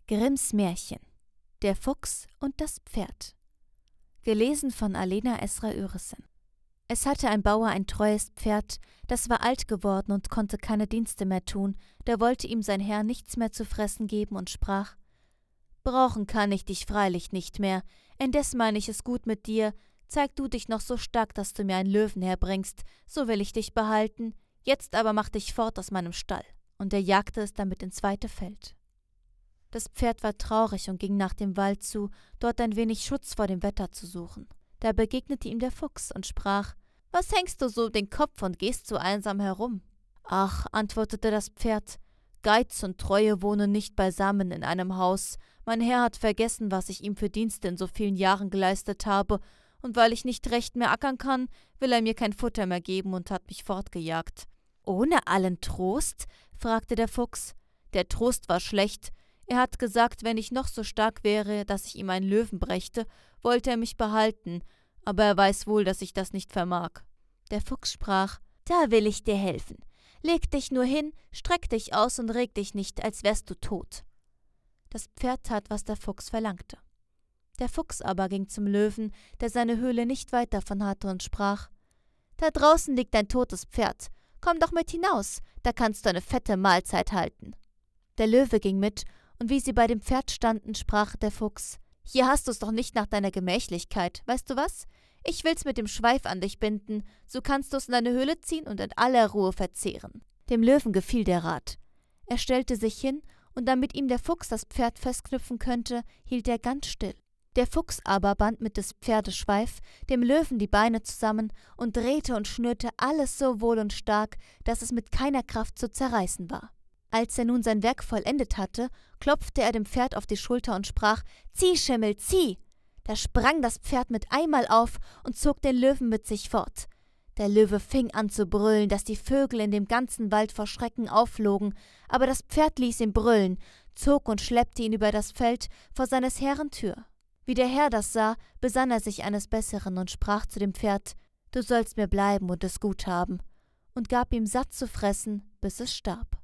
Grimms Märchen. Der Fuchs und das Pferd. Gelesen von Alena Esra Öresson. Es hatte ein Bauer ein treues Pferd, das war alt geworden und konnte keine Dienste mehr tun, da wollte ihm sein Herr nichts mehr zu fressen geben und sprach: »Brauchen kann ich dich freilich nicht mehr, indes meine ich es gut mit dir, zeig du dich noch so stark, dass du mir einen Löwen herbringst, so will ich dich behalten, jetzt aber mach dich fort aus meinem Stall.« Und er jagte es damit ins weite Feld. Das Pferd war traurig und ging nach dem Wald zu, dort ein wenig Schutz vor dem Wetter zu suchen. Da begegnete ihm der Fuchs und sprach: »Was hängst du so den Kopf und gehst so einsam herum?« »Ach«, antwortete das Pferd, »Geiz und Treue wohnen nicht beisammen in einem Haus. Mein Herr hat vergessen, was ich ihm für Dienste in so vielen Jahren geleistet habe, und weil ich nicht recht mehr ackern kann, will er mir kein Futter mehr geben und hat mich fortgejagt.« »Ohne allen Trost?« fragte der Fuchs. »Der Trost war schlecht. Er hat gesagt, wenn ich noch so stark wäre, dass ich ihm einen Löwen brächte, wollte er mich behalten, aber er weiß wohl, dass ich das nicht vermag.« Der Fuchs sprach: »Da will ich dir helfen. Leg dich nur hin, streck dich aus und reg dich nicht, als wärst du tot.« Das Pferd tat, was der Fuchs verlangte. Der Fuchs aber ging zum Löwen, der seine Höhle nicht weit davon hatte, und sprach: »Da draußen liegt ein totes Pferd. Komm doch mit hinaus, da kannst du eine fette Mahlzeit halten.« Der Löwe ging mit, und wie sie bei dem Pferd standen, sprach der Fuchs: »Hier hast du's doch nicht nach deiner Gemächlichkeit. Weißt du was? Ich will's mit dem Schweif an dich binden, so kannst du's in deine Höhle ziehen und in aller Ruhe verzehren.« Dem Löwen gefiel der Rat. Er stellte sich hin, und damit ihm der Fuchs das Pferd festknüpfen könnte, hielt er ganz still. Der Fuchs aber band mit des Pferdes Schweif dem Löwen die Beine zusammen und drehte und schnürte alles so wohl und stark, dass es mit keiner Kraft zu zerreißen war. Als er nun sein Werk vollendet hatte, klopfte er dem Pferd auf die Schulter und sprach: »Zieh, Schimmel, zieh!« Da sprang das Pferd mit einmal auf und zog den Löwen mit sich fort. Der Löwe fing an zu brüllen, dass die Vögel in dem ganzen Wald vor Schrecken aufflogen, aber das Pferd ließ ihn brüllen, zog und schleppte ihn über das Feld vor seines Herrn Tür. Wie der Herr das sah, besann er sich eines Besseren und sprach zu dem Pferd: »Du sollst mir bleiben und es gut haben«, und gab ihm satt zu fressen, bis es starb.